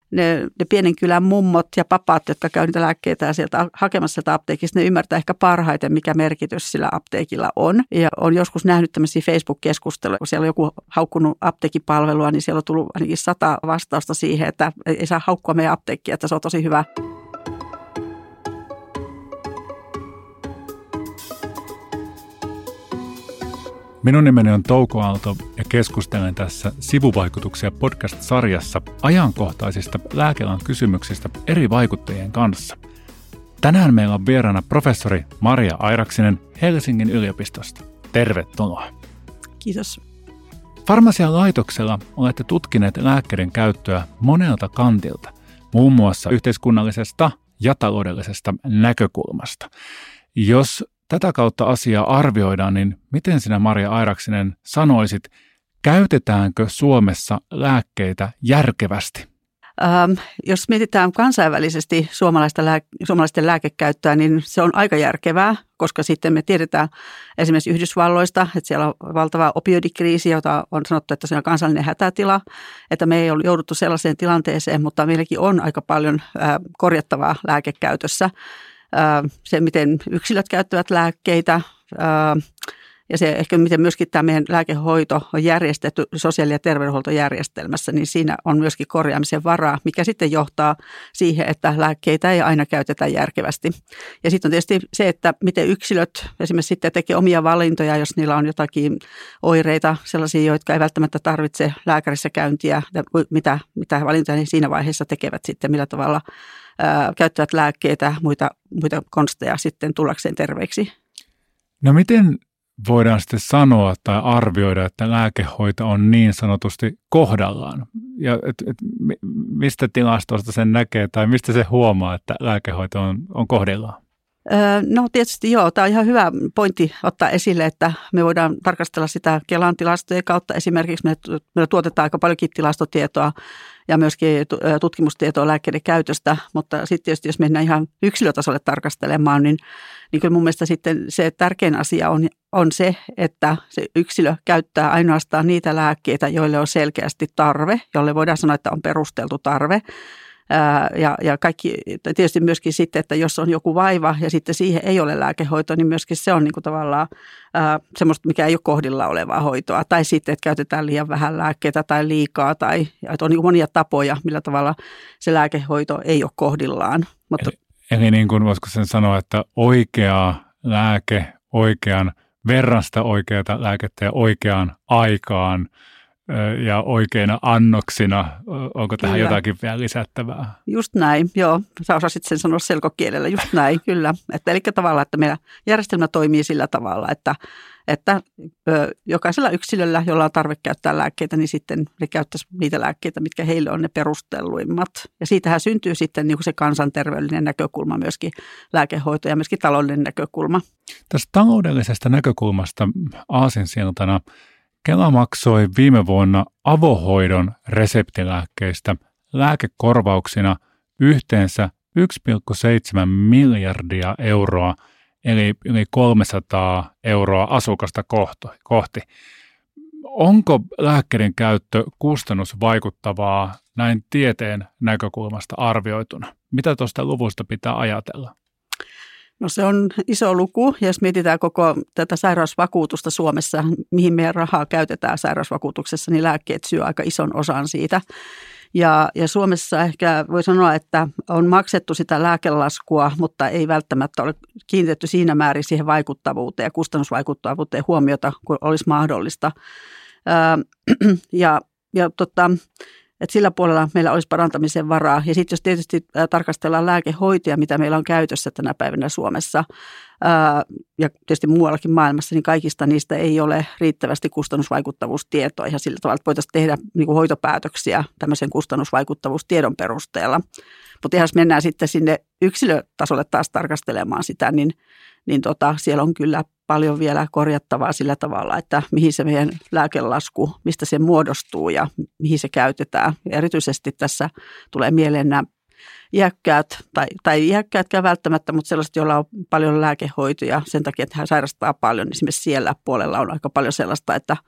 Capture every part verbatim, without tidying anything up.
ne, ne pienen kylän mummot ja papat, jotka käy niitä lääkkeitä sieltä hakemassa sieltä apteekista, ne ymmärtää ehkä parhaiten, mikä merkitys sillä apteekilla on. Ja on joskus nähnyt tämmöisiä Facebook-keskusteluja, kun siellä on joku haukkunut apteekipalvelua, niin siellä on tullut ainakin sata vastausta siihen, että ei saa haukkua meidän apteekkia, että se on tosi hyvä. Minun nimeni on Touko Aalto ja keskustelen tässä Sivuvaikutuksia podcast-sarjassa ajankohtaisista lääkealan kysymyksistä eri vaikuttajien kanssa. Tänään meillä on vieraana professori Maria Airaksinen Helsingin yliopistosta. Tervetuloa. Kiitos. Farmasian laitoksella olette tutkineet lääkkeiden käyttöä monelta kantilta, muun muassa yhteiskunnallisesta ja taloudellisesta näkökulmasta. Jos tätä kautta asiaa arvioidaan, niin miten sinä, Maria Airaksinen, sanoisit, käytetäänkö Suomessa lääkkeitä järkevästi? Ähm, jos mietitään kansainvälisesti suomalaista lää- suomalaisten lääkekäyttöä, niin se on aika järkevää, koska sitten me tiedetään esimerkiksi Yhdysvalloista, että siellä on valtava opioidikriisi, jota on sanottu, että se on kansallinen hätätila, että me ei ole jouduttu sellaiseen tilanteeseen, mutta meilläkin on aika paljon äh, korjattavaa lääkekäytössä. Se, miten yksilöt käyttävät lääkkeitä ja se ehkä miten myöskin tämä meidän lääkehoito on järjestetty sosiaali- ja terveydenhuoltojärjestelmässä, niin siinä on myöskin korjaamisen varaa, mikä sitten johtaa siihen, että lääkkeitä ei aina käytetä järkevästi. Ja sitten on tietysti se, että miten yksilöt esimerkiksi sitten tekee omia valintoja, jos niillä on jotakin oireita, sellaisia, jotka ei välttämättä tarvitse lääkärissä käyntiä, mitä, mitä valintoja ne siinä vaiheessa tekevät sitten, millä tavalla ää, käyttävät lääkkeitä, muita, muita konsteja sitten tullakseen terveiksi. No miten voidaan sitten sanoa tai arvioida, että lääkehoito on niin sanotusti kohdallaan? Ja et, et, mistä tilastosta sen näkee tai mistä se huomaa, että lääkehoito on, on kohdallaan? No tietysti joo, tämä on ihan hyvä pointti ottaa esille, että me voidaan tarkastella sitä Kelan tilastojen kautta. Esimerkiksi me, me tuotetaan aika paljonkin tilastotietoa ja myöskin tutkimustietoa lääkkeiden käytöstä, mutta sitten tietysti jos mennään ihan yksilötasolle tarkastelemaan, niin, niin kyllä mun mielestä sitten se tärkein asia on, on se, että se yksilö käyttää ainoastaan niitä lääkkeitä, joille on selkeästi tarve, jolle voidaan sanoa, että on perusteltu tarve. Ja, ja kaikki, tietysti myöskin sitten, että jos on joku vaiva ja sitten siihen ei ole lääkehoitoa, niin myöskin se on niin kuin tavallaan ää, semmoista, mikä ei ole kohdilla olevaa hoitoa. Tai sitten, että käytetään liian vähän lääkkeitä tai liikaa tai että on niin kuin monia tapoja, millä tavalla se lääkehoito ei ole kohdillaan. Mutta, eli eli niin kuin voisiko sen sanoa, että oikea lääke, oikean verran sitä oikeata lääkettä ja oikeaan aikaan ja oikeina annoksina. Onko tähän kyllä jotakin vielä lisättävää? Just näin, joo. Sä osasit sen sanoa selkokielellä, just näin, kyllä. Että eli tavallaan, että meidän järjestelmä toimii sillä tavalla, että, että ö, jokaisella yksilöllä, jolla on tarve käyttää lääkkeitä, niin sitten ne käyttäisi niitä lääkkeitä, mitkä heille on ne perustelluimmat. Ja siitähän syntyy sitten niin kuin se kansanterveydellinen näkökulma, myöskin lääkehoito ja myöskin taloudellinen näkökulma. Tästä taloudellisesta näkökulmasta aasinsiltana Kela maksoi viime vuonna avohoidon reseptilääkkeistä lääkekorvauksina yhteensä yksi pilkku seitsemän miljardia euroa, eli yli kolmesataa euroa asukasta kohti. Onko lääkkeiden käyttö kustannusvaikuttavaa näin tieteen näkökulmasta arvioituna? Mitä tuosta luvusta pitää ajatella? No se on iso luku, ja jos mietitään koko tätä sairausvakuutusta Suomessa, mihin meidän rahaa käytetään sairausvakuutuksessa, niin lääkkeet syö aika ison osan siitä. Ja, ja Suomessa ehkä voi sanoa, että on maksettu sitä lääkelaskua, mutta ei välttämättä ole kiinnitetty siinä määrin siihen vaikuttavuuteen ja kustannusvaikuttavuuteen huomiota, kuin olisi mahdollista. Ja, ja tota... Että sillä puolella meillä olisi parantamisen varaa. Ja sitten jos tietysti tarkastellaan lääkehoitoja, mitä meillä on käytössä tänä päivänä Suomessa ää, ja tietysti muuallakin maailmassa, niin kaikista niistä ei ole riittävästi kustannusvaikuttavuustietoa. Ja sillä tavalla voitaisiin tehdä niin kuin hoitopäätöksiä tämmöisen kustannusvaikuttavuustiedon perusteella. Mutta jos mennään sitten sinne yksilötasolle taas tarkastelemaan sitä, niin, niin tota, siellä on kyllä paljon vielä korjattavaa sillä tavalla, että mihin se meidän lääkelasku, mistä se muodostuu ja mihin se käytetään. Ja erityisesti tässä tulee mieleen nämä iäkkäät, tai, tai iäkkäätkään välttämättä, mutta sellaiset, joilla on paljon lääkehoitoja sen takia, että hän sairastaa paljon. Esimerkiksi siellä puolella on aika paljon sellaista, että,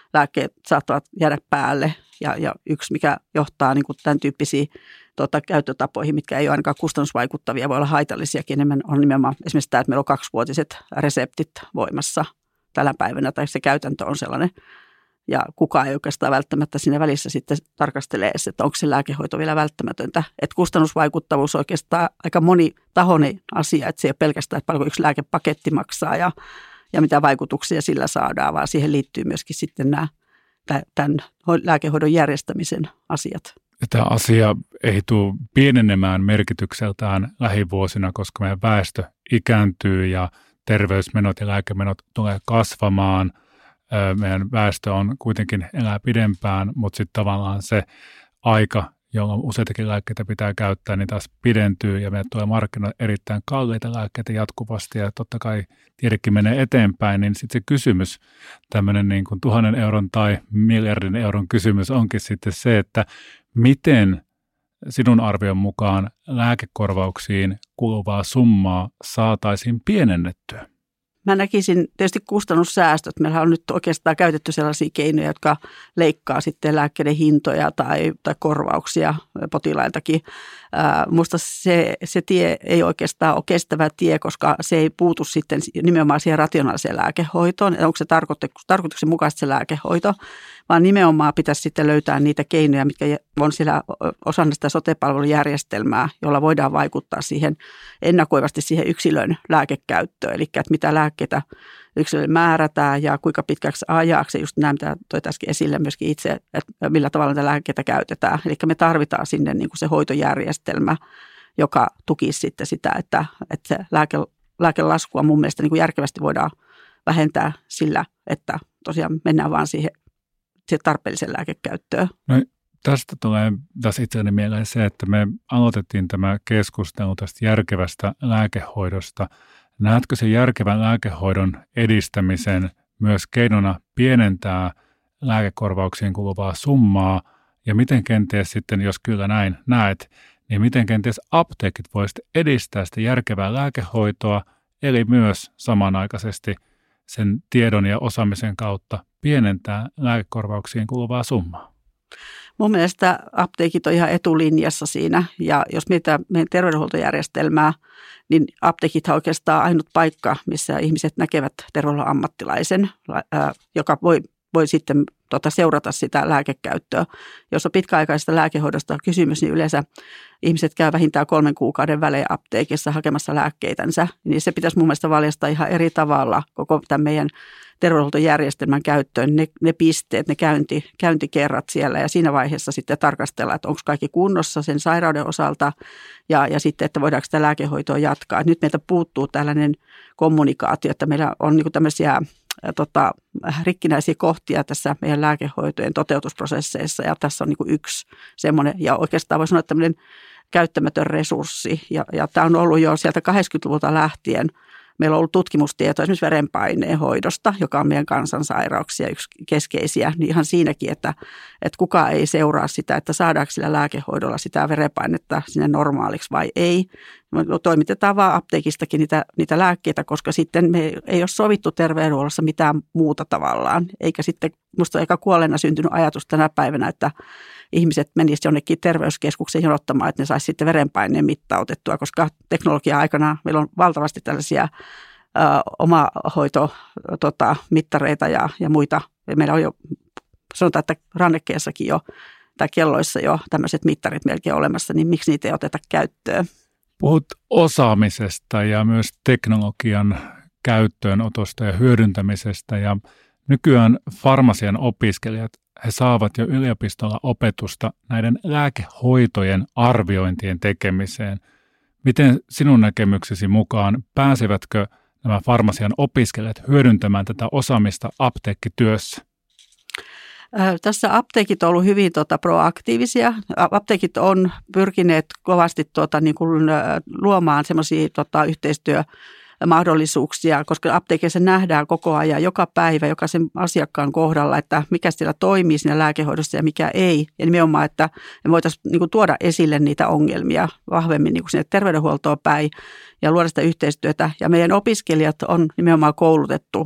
lääkkeet saattavat jäädä päälle. Ja, ja yksi, mikä johtaa niin kuin tämän tyyppisiin tota, käyttötapoihin, mitkä ei ole ainakaan kustannusvaikuttavia, voi olla haitallisiakin. Enemmän on nimenomaan esimerkiksi tämä, että meillä on kaksivuotiset reseptit voimassa tällä päivänä, tai se käytäntö on sellainen. Ja kukaan ei oikeastaan välttämättä siinä välissä sitten tarkastelee, että onko se lääkehoito vielä välttämätöntä. Että kustannusvaikuttavuus on oikeastaan aika monitahoinen asia, että se ei ole pelkästään, että paljonko yksi lääkepaketti maksaa ja, ja mitä vaikutuksia sillä saadaan, vaan siihen liittyy myöskin sitten nämä tämän lääkehoidon järjestämisen asiat. Tämä asia ei tule pienenemään merkitykseltään lähivuosina, koska meidän väestö ikääntyy ja terveysmenot ja lääkemenot tulee kasvamaan. Meidän väestö on kuitenkin elää pidempään, mutta sitten tavallaan se aika, jolloin useitakin lääkkeitä pitää käyttää, niin taas pidentyy ja meille tulee markkinoille erittäin kalliita lääkkeitä jatkuvasti ja totta kai tiedekin menee eteenpäin, niin sitten se kysymys, tämmöinen niin kuin tuhannen euron tai miljardin euron kysymys onkin sitten se, että miten sinun arvion mukaan lääkekorvauksiin kuluvaa summaa saataisiin pienennettyä? Mä näkisin tietysti kustannussäästöt. Meillä on nyt oikeastaan käytetty sellaisia keinoja, jotka leikkaa sitten lääkkeiden hintoja tai, tai korvauksia potilailtakin. Minusta se, se tie ei oikeastaan ole kestävä tie, koska se ei puutu sitten nimenomaan siihen rationaaliseen lääkehoitoon. Onko se tarkoituksen mukaisesti se lääkehoito, vaan nimenomaan pitäisi sitten löytää niitä keinoja, mitkä on siellä osana sitä sote-palvelujärjestelmää, jolla voidaan vaikuttaa siihen ennakoivasti siihen yksilön lääkekäyttöön. Eli että mitä lääkkeitä yksilölle määrätään ja kuinka pitkäksi ajaksi, just nämä, mitä toit äsken esille myöskin itse, että millä tavalla näitä lääkkeitä käytetään. Eli me tarvitaan sinne niin kuin se hoitojärjestelmä, joka tukisi sitten sitä, että, että se lääke, lääkelaskua mun mielestä niin kuin järkevästi voidaan vähentää sillä, että tosiaan mennään vaan siihen, siihen tarpeelliseen lääkekäyttöön. No, tästä tulee taas itselleni mieleen se, että me aloitettiin tämä keskustelu tästä järkevästä lääkehoidosta. Näetkö sen järkevän lääkehoidon edistämisen myös keinona pienentää lääkekorvauksiin kuluvaa summaa? Ja miten kenties sitten, jos kyllä näin näet, niin miten kenties apteekit voisivat edistää sitä järkevää lääkehoitoa, eli myös samanaikaisesti sen tiedon ja osaamisen kautta pienentää lääkekorvauksiin kuluvaa summaa? Mun mielestä apteekit on ihan etulinjassa siinä, ja jos mietitään meidän terveydenhuoltojärjestelmää, niin apteekit on oikeastaan ainut paikka, missä ihmiset näkevät terveydenhuollon ammattilaisen, joka voi, voi sitten tota, seurata sitä lääkekäyttöä. Jos on pitkäaikaisesta lääkehoidosta kysymys, niin yleensä ihmiset käy vähintään kolmen kuukauden välein apteekissa hakemassa lääkkeitänsä, niin se pitäisi mun mielestä valjastaa ihan eri tavalla koko tämän meidän terveydenhuoltojärjestelmän käyttöön, ne, ne pisteet, ne käynti, käyntikerrat siellä ja siinä vaiheessa sitten tarkastella, että onko kaikki kunnossa sen sairauden osalta ja, ja sitten, että voidaanko sitä lääkehoitoa jatkaa. Nyt meiltä puuttuu tällainen kommunikaatio, että meillä on niin kuin tämmöisiä tota, rikkinäisiä kohtia tässä meidän lääkehoitojen toteutusprosesseissa ja tässä on niin kuin yksi semmoinen ja oikeastaan voi sanoa, että tämmöinen käyttämätön resurssi ja, ja tämä on ollut jo sieltä kahdeksankymmentäluvulta lähtien. Meillä on ollut tutkimustietoa esimerkiksi verenpaineen hoidosta, joka on meidän kansansairauksia yksi keskeisiä, niin ihan siinäkin, että, että kukaan ei seuraa sitä, että saadaanko sillä lääkehoidolla sitä verenpainetta sinne normaaliksi vai ei. Me toimitetaan vaan apteekistakin niitä, niitä lääkkeitä, koska sitten me ei ole sovittu terveydenhuollossa mitään muuta tavallaan. Eikä sitten, musta on aika kuolleena syntynyt ajatus tänä päivänä, että ihmiset menisivät jonnekin terveyskeskukseen jonottamaan, että ne saisi sitten verenpaineen mittautettua, koska teknologian aikana meillä on valtavasti tällaisia ä, omahoitomittareita tota, ja, ja muita. Ja meillä on jo, sanotaan, että rannekkeessakin jo tai kelloissa jo tämmöiset mittarit melkein olemassa, niin miksi niitä ei oteta käyttöön? Puhut osaamisesta ja myös teknologian käyttöönotosta ja hyödyntämisestä ja nykyään farmasian opiskelijat, he saavat jo yliopistolla opetusta näiden lääkehoitojen arviointien tekemiseen. Miten sinun näkemyksesi mukaan pääsevätkö nämä farmasian opiskelijat hyödyntämään tätä osaamista apteekkityössä? Tässä apteekit on ollut hyvin tota, proaktiivisia. Apteekit on pyrkineet kovasti tota, niin kuin, luomaan semmoisia tota, yhteistyömahdollisuuksia, koska apteekissa nähdään koko ajan, joka päivä, jokaisen asiakkaan kohdalla, että mikä siellä toimii siinä lääkehoidossa ja mikä ei. Ja nimenomaan, että me voitaisiin niin kuin, tuoda esille niitä ongelmia vahvemmin niin kuin sinne terveydenhuoltoon päin ja luoda sitä yhteistyötä. Ja meidän opiskelijat on nimenomaan koulutettu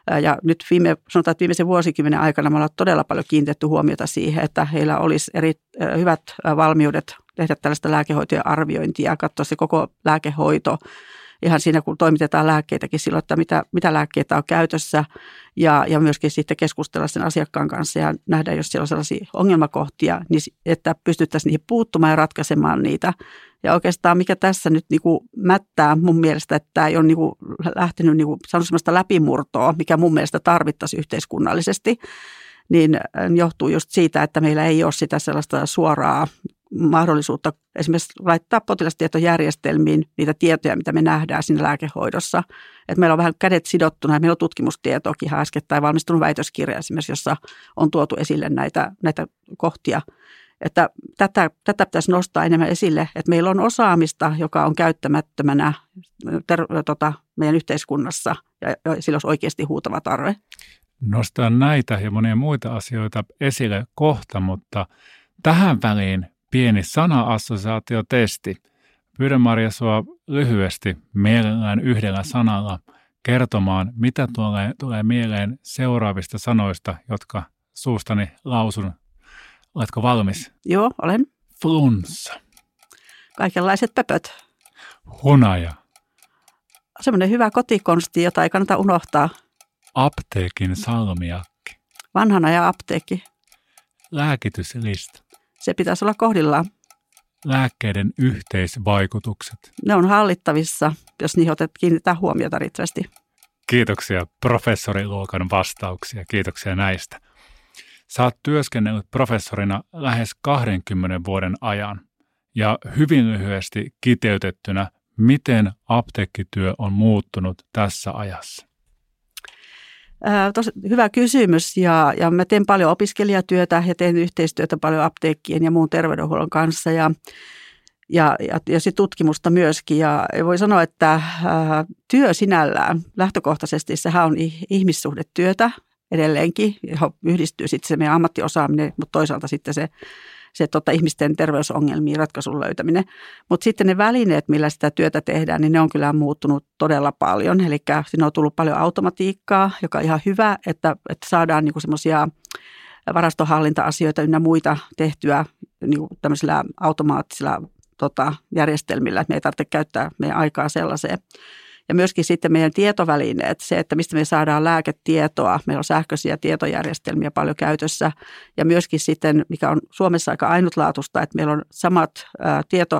Ja nyt viime, sanotaan, että viimeisen vuosikymmenen aikana me ollaan todella paljon kiinnitetty huomiota siihen, että heillä olisi eri, hyvät valmiudet tehdä tällaista lääkehoitojen arviointia, katsoa se koko lääkehoito, ihan siinä kun toimitetaan lääkkeitäkin silloin, että mitä, mitä lääkkeitä on käytössä ja, ja myöskin sitten keskustella sen asiakkaan kanssa ja nähdä, jos siellä on sellaisia ongelmakohtia, niin että pystyttäisiin niihin puuttumaan ja ratkaisemaan niitä. Ja oikeastaan mikä tässä nyt niin kuin mättää mun mielestä, että tämä ei ole niin kuin lähtenyt niin kuin, saanut sellaista läpimurtoa, mikä mun mielestä tarvittaisiin yhteiskunnallisesti, niin johtuu just siitä, että meillä ei ole sitä sellaista suoraa mahdollisuutta esimerkiksi laittaa potilastietojärjestelmiin niitä tietoja, mitä me nähdään siinä lääkehoidossa. Et meillä on vähän kädet sidottuna ja meillä on tutkimustietoakin ihan äskettäin valmistunut väitöskirja esimerkiksi, jossa on tuotu esille näitä, näitä kohtia. Että tätä, tätä pitäisi nostaa enemmän esille, että meillä on osaamista, joka on käyttämättömänä ter, tota, meidän yhteiskunnassa ja, ja sillä olisi oikeasti huutava tarve. Nostaa näitä ja monia muita asioita esille kohta, mutta tähän väliin pieni sana-assosiaatiotesti. Pyydän Maria sua lyhyesti mielellään yhdellä sanalla kertomaan, mitä tulee, tulee mieleen seuraavista sanoista, jotka suustani lausun. Oletko valmis? Joo, olen. Flunssa. Kaikenlaiset pöpöt. Hunaja. Semmoinen hyvä kotikonsti, jota ei kannata unohtaa. Apteekin salmiakki. Vanhana ja apteekki. Lääkityslista. Se pitäisi olla kohdillaan. Lääkkeiden yhteisvaikutukset. Ne on hallittavissa, jos niihin otet kiinnitetään huomiota riittävästi. Kiitoksia professoriluokan vastauksia. Kiitoksia näistä. Sä oot työskennellyt professorina lähes kahdenkymmenen vuoden ajan. Ja hyvin lyhyesti kiteytettynä, miten apteekkityö on muuttunut tässä ajassa? Ää, tos, hyvä kysymys ja, ja mä teen paljon opiskelijatyötä ja teen yhteistyötä paljon apteekkien ja muun terveydenhuollon kanssa ja, ja, ja, ja sit tutkimusta myöskin. Ja voi sanoa, että ää, työ sinällään lähtökohtaisesti sehän on ihmissuhdetyötä edelleenkin, johon yhdistyy sitten se meidän ammattiosaaminen, mutta toisaalta sitten se se tota, ihmisten terveysongelmiin ratkaisun löytäminen. Mutta sitten ne välineet, millä sitä työtä tehdään, niin ne on kyllä muuttunut todella paljon. Eli siinä on tullut paljon automatiikkaa, joka on ihan hyvä, että, että saadaan niinku semmoisia varastohallinta-asioita ynnä muita tehtyä niinku tämmöisillä automaattisilla tota, järjestelmillä, että me ei tarvitse käyttää meidän aikaa sellaiseen. Ja myöskin sitten meidän tietovälineet, se, että mistä me saadaan lääketietoa. Meillä on sähköisiä tietojärjestelmiä paljon käytössä ja myöskin sitten, mikä on Suomessa aika ainutlaatuista, että meillä on samat ää, tieto,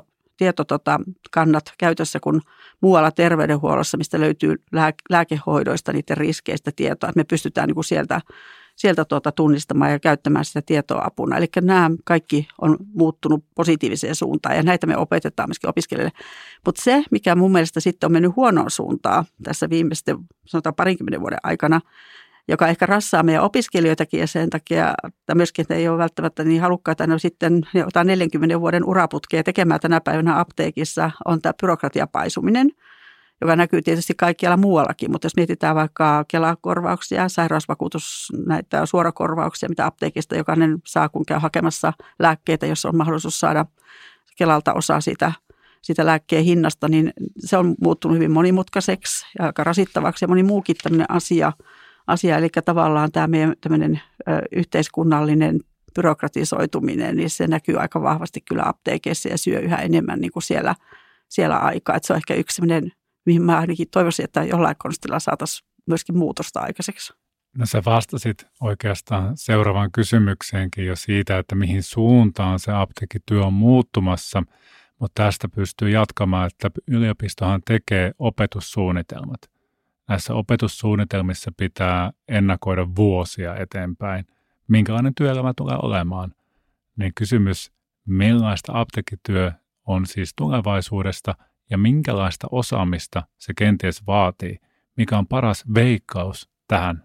tietokannat käytössä kuin muualla terveydenhuollossa, mistä löytyy lää, lääkehoidoista, niiden riskeistä tietoa, että me pystytään niin kuin sieltä, sieltä tuota tunnistamaan ja käyttämään sitä tietoa apuna. Eli nämä kaikki on muuttunut positiiviseen suuntaan ja näitä me opetetaan myöskin opiskelijoille. Mutta se, mikä mun mielestä sitten on mennyt huonoon suuntaan tässä viimeisten sanotaan parinkymmenen vuoden aikana, joka ehkä rassaa meidän opiskelijoitakin ja sen takia, että myöskin että ei ole välttämättä niin halukkaita, no sitten jotain neljänkymmenen vuoden uraputkea tekemään tänä päivänä apteekissa, on tämä byrokratiapaisuminen, joka näkyy tietysti kaikkialla muuallakin, mutta jos mietitään vaikka Kela-korvauksia, sairausvakuutus, näitä suorakorvauksia, mitä apteekista jokainen saa, kun käy hakemassa lääkkeitä, jos on mahdollisuus saada Kelalta osa siitä, siitä lääkkeen hinnasta, niin se on muuttunut hyvin monimutkaiseksi ja aika rasittavaksi ja moni muukin tämmöinen asia, asia. Eli tavallaan tämä meidän tämmöinen ö, yhteiskunnallinen byrokratisoituminen, niin se näkyy aika vahvasti kyllä apteekeissa ja syö yhä enemmän niin kuin siellä, siellä aikaa. Että se on ehkä yksi sellainen, mihin mä ainakin toivoisin, että jollain konstilla saataisiin myöskin muutosta aikaiseksi. No sä vastasit oikeastaan seuraavaan kysymykseenkin jo siitä, että mihin suuntaan se apteekkityö on muuttumassa, mutta tästä pystyy jatkamaan, että yliopistohan tekee opetussuunnitelmat. Näissä opetussuunnitelmissa pitää ennakoida vuosia eteenpäin, minkälainen työelämä tulee olemaan. Niin kysymys, millaista apteekkityö on siis tulevaisuudesta ja minkälaista osaamista se kenties vaatii, mikä on paras veikkaus tähän?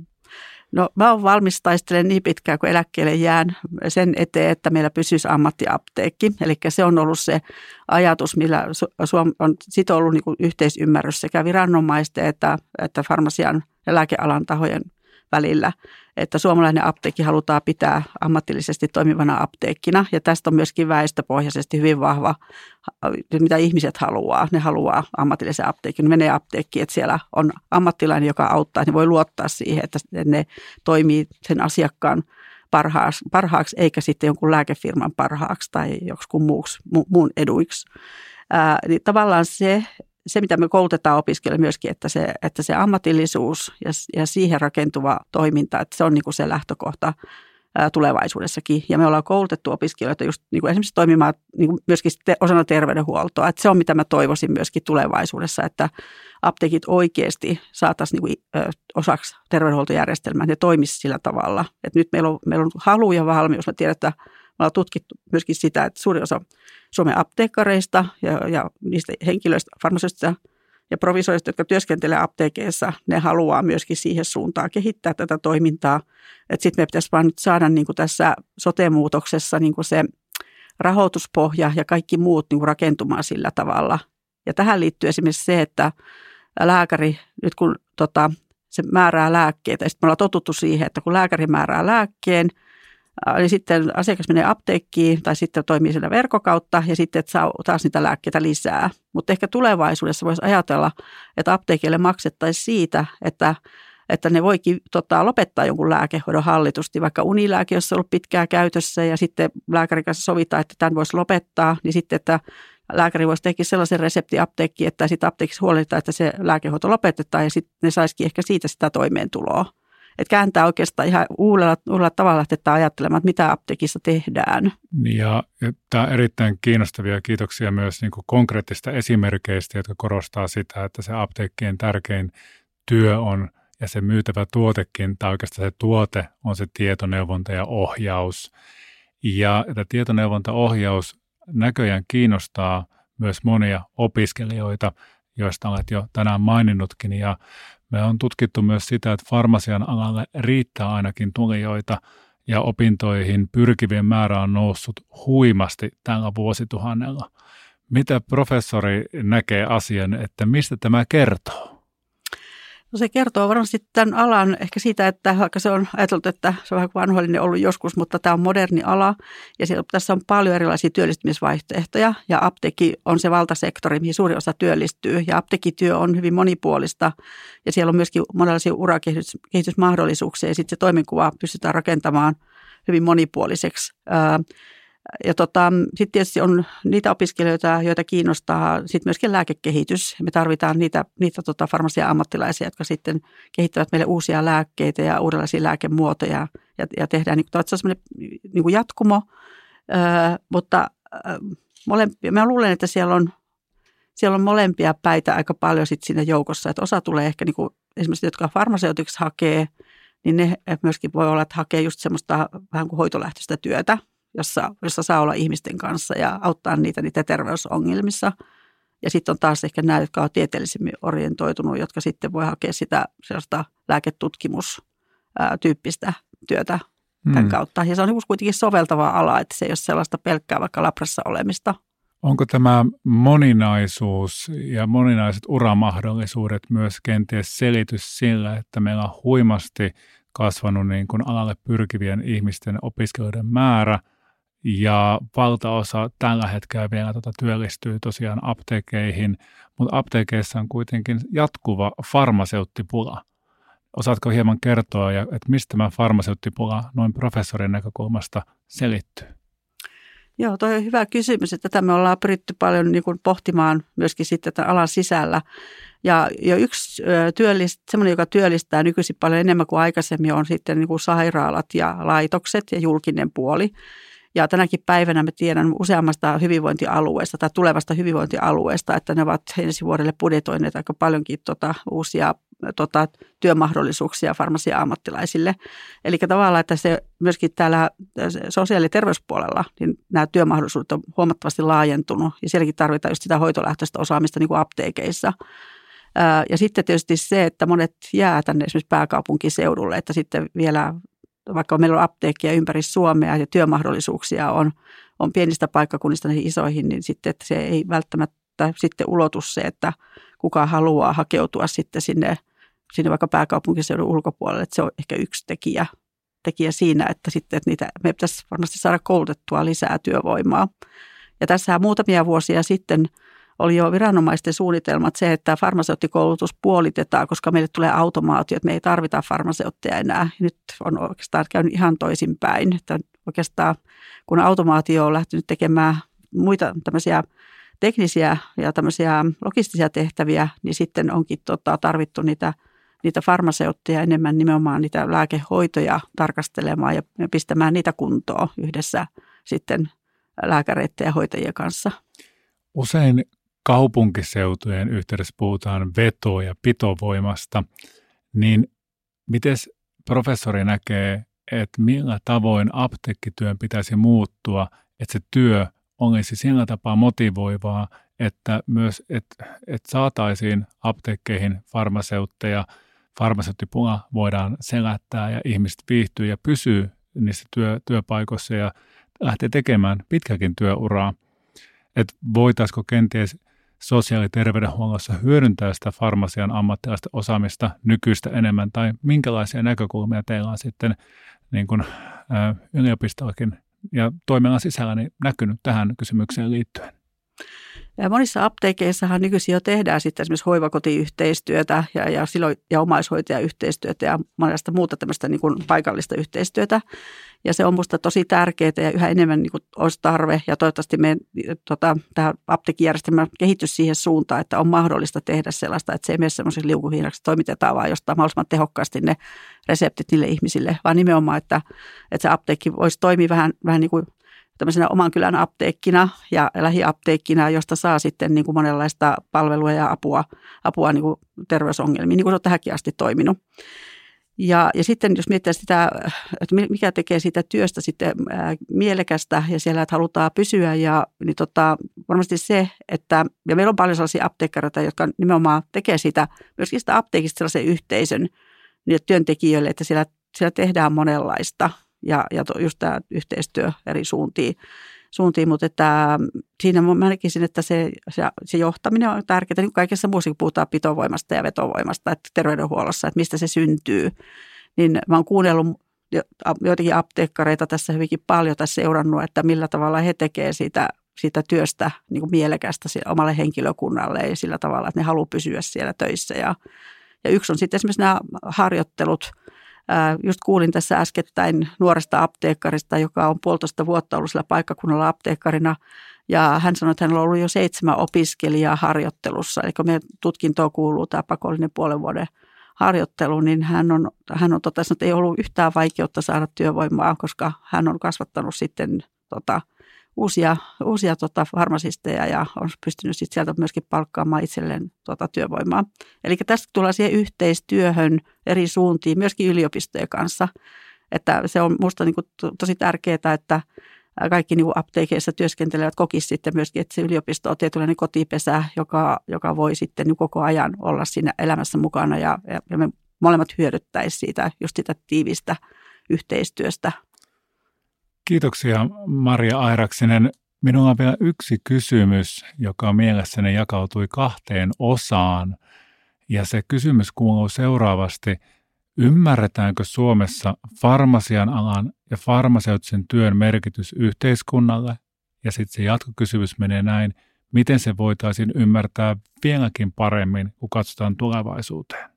No mä oon valmis taistelemaan niin pitkään, kun eläkkeelle jään sen eteen, että meillä pysyisi ammattiapteekki. Eli se on ollut se ajatus, millä Suomi on sit ollut niin kuin yhteisymmärrys sekä viranomaisten että, että farmasian ja lääkealan tahojen välillä, että suomalainen apteekki halutaan pitää ammatillisesti toimivana apteekkina ja tästä on myöskin väestöpohjaisesti hyvin vahva, mitä ihmiset haluaa. Ne haluaa ammatillisen apteekin, ne menee apteekkiin, että siellä on ammattilainen, joka auttaa, ne voi luottaa siihen, että ne toimii sen asiakkaan parhaaksi, parhaaksi eikä sitten jonkun lääkefirman parhaaksi tai joksikun muuksi, mu, muun eduiksi. Ää, niin tavallaan se, se, mitä me koulutetaan opiskelijoille myöskin, että se, että se ammatillisuus ja, ja siihen rakentuva toiminta, että se on niin kuin se lähtökohta ää, tulevaisuudessakin. Ja me ollaan koulutettu opiskelijoita just niin kuin esimerkiksi toimimaan niin kuin myöskin te, osana terveydenhuoltoa. Että se on, mitä mä toivoisin myöskin tulevaisuudessa, että apteekit oikeasti saataisiin niin kuin, ö, osaksi terveydenhuoltojärjestelmää, ne toimisi sillä tavalla. Että nyt meillä on, meillä on halu ja valmius. Mä tiedän, että me ollaan tutkittu myöskin sitä, että suurin osa Suomen apteekkareista ja, ja niistä henkilöistä, farmaseutista ja provisoista, jotka työskentelee apteekeissa, ne haluaa myöskin siihen suuntaan kehittää tätä toimintaa. Että sitten me pitäisi vaan nyt saada niin kuin tässä sote-muutoksessa niin kuin se rahoituspohja ja kaikki muut niin kuin rakentumaan sillä tavalla. Ja tähän liittyy esimerkiksi se, että lääkäri, nyt kun tota, se määrää lääkkeitä, ja sitten me ollaan totuttu siihen, että kun lääkäri määrää lääkkeen, niin sitten asiakas menee apteekkiin tai sitten toimii siellä verkkokautta ja sitten että saa taas niitä lääkkeitä lisää. Mutta ehkä tulevaisuudessa voisi ajatella, että apteekille maksettaisiin siitä, että, että ne voikin tota, lopettaa jonkun lääkehoidon hallitusti, vaikka unilääke, jos on ollut pitkään käytössä ja sitten lääkärin kanssa sovitaan, että tämän voisi lopettaa, niin sitten, että lääkäri voisi tehdä sellaisen reseptin apteekkiin, että sitten apteekissa huolehditaan, että se lääkehoito lopetetaan ja sitten ne saisikin ehkä siitä sitä toimeentuloa. Että kääntää oikeastaan ihan uudella, uudella tavalla, että ajattelemaan, että mitä apteekissa tehdään. Ja tämä on erittäin kiinnostavia. Kiitoksia myös niin kuin konkreettista esimerkkeistä, jotka korostaa sitä, että se apteekkien tärkein työ on ja se myytävä tuotekin, tai oikeastaan se tuote on se tietoneuvonta ja ohjaus. Ja tämä tietoneuvontaohjaus näköjään kiinnostaa myös monia opiskelijoita, joista olet jo tänään maininnutkin. Ja me on tutkittu myös sitä, että farmasian alalle riittää ainakin tulijoita ja opintoihin pyrkivien määrä on noussut huimasti tällä vuosituhannella. Mitä professori näkee asian, että mistä tämä kertoo? No se kertoo varmasti tämän alan ehkä siitä, että vaikka se on ajateltu, että se on vähän vanhoillinen ollut joskus, mutta tämä on moderni ala ja siellä, tässä on paljon erilaisia työllistymisvaihtoehtoja ja apteekki on se valtasektori, mihin suuri osa työllistyy ja apteekkityö on hyvin monipuolista ja siellä on myöskin monenlaisia urakehitysmahdollisuuksia ja sitten se toimenkuva pystytään rakentamaan hyvin monipuoliseksi. Ja tota, sitten tietysti on niitä opiskelijoita, joita kiinnostaa sitten myöskin lääkekehitys. Me tarvitaan niitä, niitä tota farmasia-ammattilaisia, jotka sitten kehittävät meille uusia lääkkeitä ja uudenlaisia lääkemuotoja ja, ja tehdään niin kuin, sellainen niin kuin jatkumo. Ö, mutta ö, molempia, mä luulen, että siellä on, siellä on molempia päitä aika paljon sitten siinä joukossa. Että osa tulee ehkä niin kuin, esimerkiksi, jotka farmaseutiksi hakee, niin ne myöskin voi olla, että hakee just semmoista vähän kuin hoitolähtöistä työtä. Jossa, jossa saa olla ihmisten kanssa ja auttaa niitä niitä terveysongelmissa. Ja sitten on taas ehkä nämä, jotka on tieteellisemmin orientoitunut, jotka sitten voi hakea sitä sellaista lääketutkimustyyppistä työtä tämän mm. kautta. Ja se on kuitenkin soveltava ala, että se ei ole sellaista pelkkää vaikka labrassa olemista. Onko tämä moninaisuus ja moninaiset uramahdollisuudet myös kenties selitys sillä, että meillä on huimasti kasvanut niin kuin alalle pyrkivien ihmisten opiskelijoiden määrä, ja valtaosa tällä hetkellä vielä tuota työllistyy tosiaan apteekeihin, mutta apteekeissa on kuitenkin jatkuva farmaseuttipula. Osaatko hieman kertoa, että mistä tämä farmaseuttipula noin professorin näkökulmasta selittyy? Joo, toi on hyvä kysymys, että tätä me ollaan pyritty paljon niin kuin pohtimaan myöskin sitten tämän alan sisällä. Ja, ja yksi työllist, semmoinen, joka työllistää nykyisin paljon enemmän kuin aikaisemmin, on sitten niin kuin sairaalat ja laitokset ja julkinen puoli. Ja tänäkin päivänä me tiedän useammasta hyvinvointialueesta tai tulevasta hyvinvointialueesta, että ne ovat ensi vuodelle budjetoineet aika paljonkin tota, uusia tota, työmahdollisuuksia farmasia-ammattilaisille. Eli tavallaan, että se myöskin täällä sosiaali- ja terveyspuolella niin nämä työmahdollisuudet on huomattavasti laajentunut ja sielläkin tarvitaan just sitä hoitolähtöistä osaamista niin kuin apteekeissa. Ja sitten tietysti se, että monet jää tänne esimerkiksi pääkaupunkiseudulle, että sitten vielä vaikka meillä on apteekkia ympäri Suomea ja työmahdollisuuksia on, on pienistä paikkakunnista näihin isoihin, niin sitten että se ei välttämättä sitten ulotu se, että kuka haluaa hakeutua sitten sinne sinne vaikka pääkaupunkiseudun ulkopuolelle, että se on ehkä yksi tekijä, tekijä siinä, että sitten että niitä, me pitäisi varmasti saada koulutettua lisää työvoimaa. Ja tässä muutamia vuosia sitten oli jo viranomaisten suunnitelmat se, että farmaseuttikoulutus puolitetaan, koska meille tulee automaatio, että me ei tarvita farmaseutteja enää. Nyt on oikeastaan käynyt ihan toisinpäin, että oikeastaan kun automaatio on lähtenyt tekemään muita tämmöisiä teknisiä ja tämmöisiä logistisia tehtäviä, niin sitten onkin tota, tarvittu niitä, niitä farmaseutteja enemmän nimenomaan niitä lääkehoitoja tarkastelemaan ja pistämään niitä kuntoon yhdessä sitten lääkäreiden ja hoitajien kanssa. Usein kaupunkiseutujen yhteydessä puhutaan veto- ja pitovoimasta, niin miten professori näkee, että millä tavoin apteekkityön pitäisi muuttua, että se työ olisi sillä tapaa motivoivaa, että myös että, että saataisiin apteekkeihin farmaseutteja, farmaseuttipula voidaan selättää ja ihmiset viihtyy ja pysyy niissä työ, työpaikoissa ja lähtee tekemään pitkäkin työuraa. Että voitaisiko kenties sosiaali- ja terveydenhuollossa hyödyntää sitä farmasian ammattilaisten osaamista nykyistä enemmän, tai minkälaisia näkökulmia teillä on sitten niin kuin, ä, yliopistollakin ja toimialan sisällä niin näkynyt tähän kysymykseen liittyen? Ja monissa apteekeissahan nykyisin jo tehdään sitten esimerkiksi hoivakotiyhteistyötä ja, ja, silloin, ja omaishoitajayhteistyötä ja monesta muuta tämmöistä niin kuin paikallista yhteistyötä. Ja se on minusta tosi tärkeää ja yhä enemmän niin kuin olisi tarve ja toivottavasti meidän tota, tämä apteekkijärjestelmä kehittyisi siihen suuntaan, että on mahdollista tehdä sellaista, että se ei mene semmoisen liukuhiinaksi, toimitetaan vaan jostain mahdollisimman tehokkaasti ne reseptit niille ihmisille, vaan nimenomaan, että, että se apteekki voisi toimia vähän, vähän niin kuin tämmöisenä oman kylän apteekkina ja lähiapteekkina, josta saa sitten niin kuin monenlaista palvelua ja apua, apua niin kuin terveysongelmiin, niin kuin se on tähänkin asti toiminut. Ja, ja sitten jos mietitään sitä, että mikä tekee siitä työstä sitten ää, mielekästä ja siellä, että halutaan pysyä, ja, niin tota, varmasti se, että, ja meillä on paljon sellaisia apteekkareita, jotka nimenomaan tekee sitä, myöskin sitä apteekista sellaisen yhteisön niille työntekijöille, että siellä, siellä tehdään monenlaista. Ja, ja to, just tämä yhteistyö eri suuntiin, suuntiin. Mutta että siinä mä näkisin, että se, se, se johtaminen on tärkeää, niin kuin kaikessa muussakin puhutaan pitovoimasta ja vetovoimasta, että terveydenhuollossa, että mistä se syntyy. Niin mä oon kuunnellut joitakin apteekkareita tässä hyvinkin paljon tässä seurannut, että millä tavalla he tekevät siitä, siitä työstä niin kuin mielekästä omalle henkilökunnalle ja sillä tavalla, että ne haluaa pysyä siellä töissä. Ja, ja yksi on sitten esimerkiksi nämä harjoittelut. Just kuulin tässä äskettäin nuoresta apteekkarista, joka on puolitoista vuotta ollut sillä paikkakunnalla apteekkarina. Ja hän sanoi, että hänellä on ollut jo seitsemän opiskelijaa harjoittelussa. Eli kun meidän tutkintoon kuuluu tämä pakollinen puolen vuoden harjoittelu, niin hän on, hän on tota, sanonut, että ei ollut yhtään vaikeutta saada työvoimaa, koska hän on kasvattanut sitten tota, uusia, uusia tota, farmasisteja ja on pystynyt sitten sieltä myöskin palkkaamaan itselleen tota, työvoimaa. Eli tästä tullaan siihen yhteistyöhön eri suuntiin, myöskin yliopistojen kanssa. Että se on minusta niin kuin tosi tärkeää, että kaikki niin kuin apteekeissa työskentelevät kokisivat sitten myöskin, että se yliopisto on tietynlainen kotipesä, joka, joka voi sitten niin koko ajan olla siinä elämässä mukana ja, ja me molemmat hyödyttäisiin siitä, just sitä tiivistä yhteistyöstä. Kiitoksia Maria Airaksinen. Minulla on vielä yksi kysymys, joka mielessäni jakautui kahteen osaan. Ja se kysymys kuuluu seuraavasti. Ymmärretäänkö Suomessa farmasian alan ja farmaseuttisen työn merkitys yhteiskunnalle? Ja sitten se jatkokysymys menee näin. Miten se voitaisiin ymmärtää vieläkin paremmin, kun katsotaan tulevaisuuteen?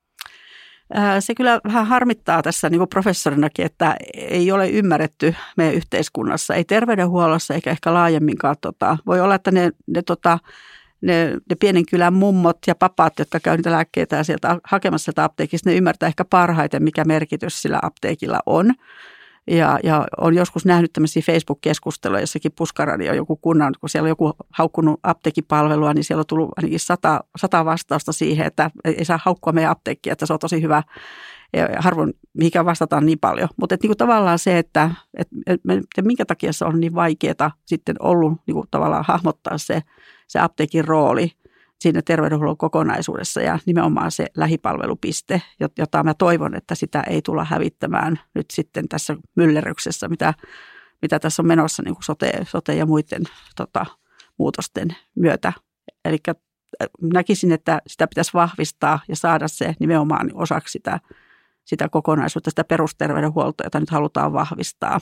Se kyllä vähän harmittaa tässä niin kuin professorinakin, että ei ole ymmärretty meidän yhteiskunnassa, ei terveydenhuollossa eikä ehkä laajemminkaan. Tota, voi olla, että ne, ne, tota, ne, ne pienen kylän mummot ja papat, jotka käy niitä lääkkeitä sieltä hakemassa sieltä apteekista, ne ymmärtää ehkä parhaiten, mikä merkitys sillä apteekilla on. Ja, ja olen joskus nähnyt tämmöisiä Facebook-keskusteluja, jossakin Puskaradio joku kunnan, kun siellä on joku haukkunut apteekipalvelua, niin siellä on tullut ainakin sata, sata vastausta siihen, että ei saa haukkua meidän apteekkia, että se on tosi hyvä. Ja harvoin mihinkään vastataan niin paljon. Mutta niin tavallaan se, että, että, että minkä takia se on niin vaikeaa sitten ollut niin kuin tavallaan hahmottaa se, se apteekin rooli siinä terveydenhuollon kokonaisuudessa ja nimenomaan se lähipalvelupiste, jota mä toivon, että sitä ei tulla hävittämään nyt sitten tässä myllerryksessä, mitä, mitä tässä on menossa niin kuin sote, sote ja muiden tota, muutosten myötä. Eli näkisin, että sitä pitäisi vahvistaa ja saada se nimenomaan osaksi sitä, sitä kokonaisuutta, sitä perusterveydenhuoltoa, jota nyt halutaan vahvistaa.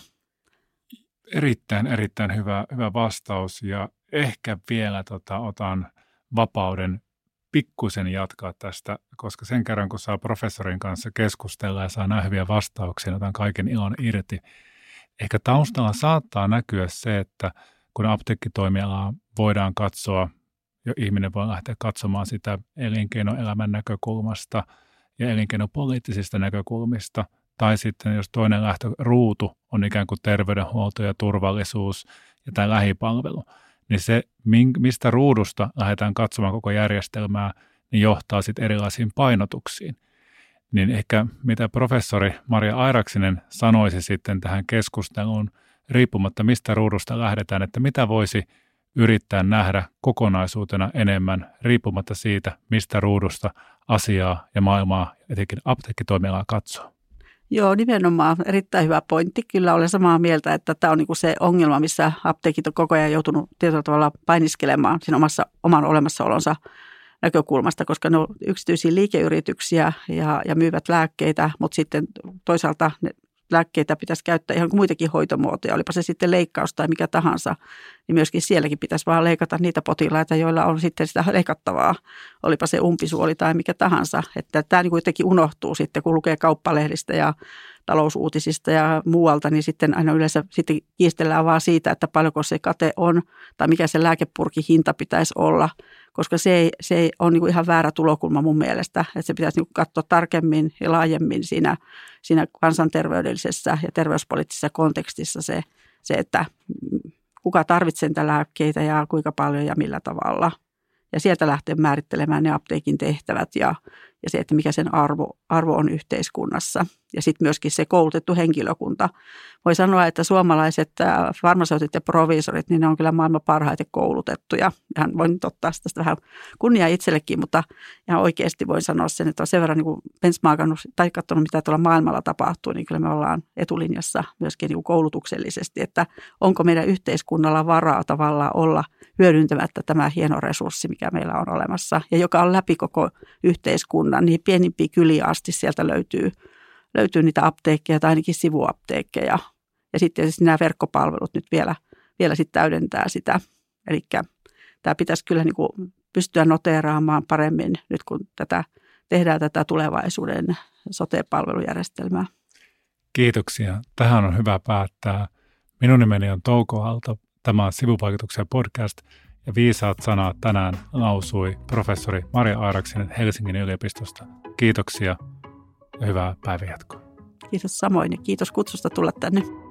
Erittäin, erittäin hyvä, hyvä vastaus ja ehkä vielä tota, otan vapauden pikkusen jatkaa tästä, koska sen kerran kun saa professorin kanssa keskustella ja saa nämä hyviä vastauksia, otan kaiken ilon irti. Ehkä taustalla saattaa näkyä se, että kun apteekkitoimialaa voidaan katsoa, jo ihminen voi lähteä katsomaan sitä elinkeinoelämän näkökulmasta ja elinkeinopoliittisista näkökulmista, tai sitten jos toinen lähtöruutu on ikään kuin terveydenhuolto ja turvallisuus ja tämä lähipalvelu, niin se, mistä ruudusta lähdetään katsomaan koko järjestelmää, niin johtaa sitten erilaisiin painotuksiin. Niin ehkä mitä professori Maria Airaksinen sanoisi sitten tähän keskusteluun, riippumatta mistä ruudusta lähdetään, että mitä voisi yrittää nähdä kokonaisuutena enemmän, riippumatta siitä, mistä ruudusta asiaa ja maailmaa, etenkin apteekkitoimialaa katsoo. Joo, nimenomaan erittäin hyvä pointti. Kyllä olen samaa mieltä, että tämä on niin kuin se ongelma, missä apteekit on koko ajan joutunut tietyllä tavalla painiskelemaan siinä omassa, oman olemassaolonsa näkökulmasta, koska ne on yksityisiä liikeyrityksiä ja, ja myyvät lääkkeitä, mutta sitten toisaalta ne lääkkeitä pitäisi käyttää ihan kuin muitakin hoitomuotoja, olipa se sitten leikkaus tai mikä tahansa, niin myöskin sielläkin pitäisi vaan leikata niitä potilaita, joilla on sitten sitä leikattavaa, olipa se umpisuoli tai mikä tahansa. Että tämä niin kuitenkin unohtuu sitten, kun lukee kauppalehdistä ja talousuutisista ja muualta, niin sitten aina yleensä sitten kiistellään vaan siitä, että paljonko se kate on tai mikä se lääkepurkin hinta pitäisi olla, koska se ei, se ei ole niin kuin ihan väärä tulokulma mun mielestä, että se pitäisi niin kuin katsoa tarkemmin ja laajemmin siinä, siinä kansanterveydellisessä ja terveyspoliittisessa kontekstissa se, se, että kuka tarvitsee niitä lääkkeitä ja kuinka paljon ja millä tavalla. Ja sieltä lähtee määrittelemään ne apteekin tehtävät ja, ja se, että mikä sen arvo, arvo on yhteiskunnassa. Ja sitten myöskin se koulutettu henkilökunta. Voi sanoa, että suomalaiset farmaseutit ja proviisorit, niin ne on kyllä maailman parhaiten koulutettuja. Ihan voin ottaa tästä vähän kunniaa itsellekin, mutta ihan oikeasti voin sanoa sen, että on sen verran niin benchmarkannut tai katsonut, mitä tuolla maailmalla tapahtuu, niin kyllä me ollaan etulinjassa myöskin niin koulutuksellisesti, että onko meidän yhteiskunnalla varaa tavallaan olla hyödyntämättä tämä hieno resurssi, mikä meillä on olemassa ja joka on läpi koko yhteiskunnan, niin pienimpiä kyliä asti sieltä löytyy, löytyy niitä apteekkeja tai ainakin sivuapteekkeja. Ja sitten tietysti nämä verkkopalvelut nyt vielä, vielä sitten täydentää sitä. Eli tämä pitäisi kyllä niin kuin pystyä noteeraamaan paremmin nyt, kun tätä, tehdään tätä tulevaisuuden sote-palvelujärjestelmää. Kiitoksia. Tähän on hyvä päättää. Minun nimeni on Touko Aalto. Tämä on Sivuvaikutuksia podcast ja viisaat sanat tänään lausui professori Maria Airaksinen Helsingin yliopistosta. Kiitoksia ja hyvää päivänjatkoa. Kiitos samoin ja kiitos kutsusta tulla tänne.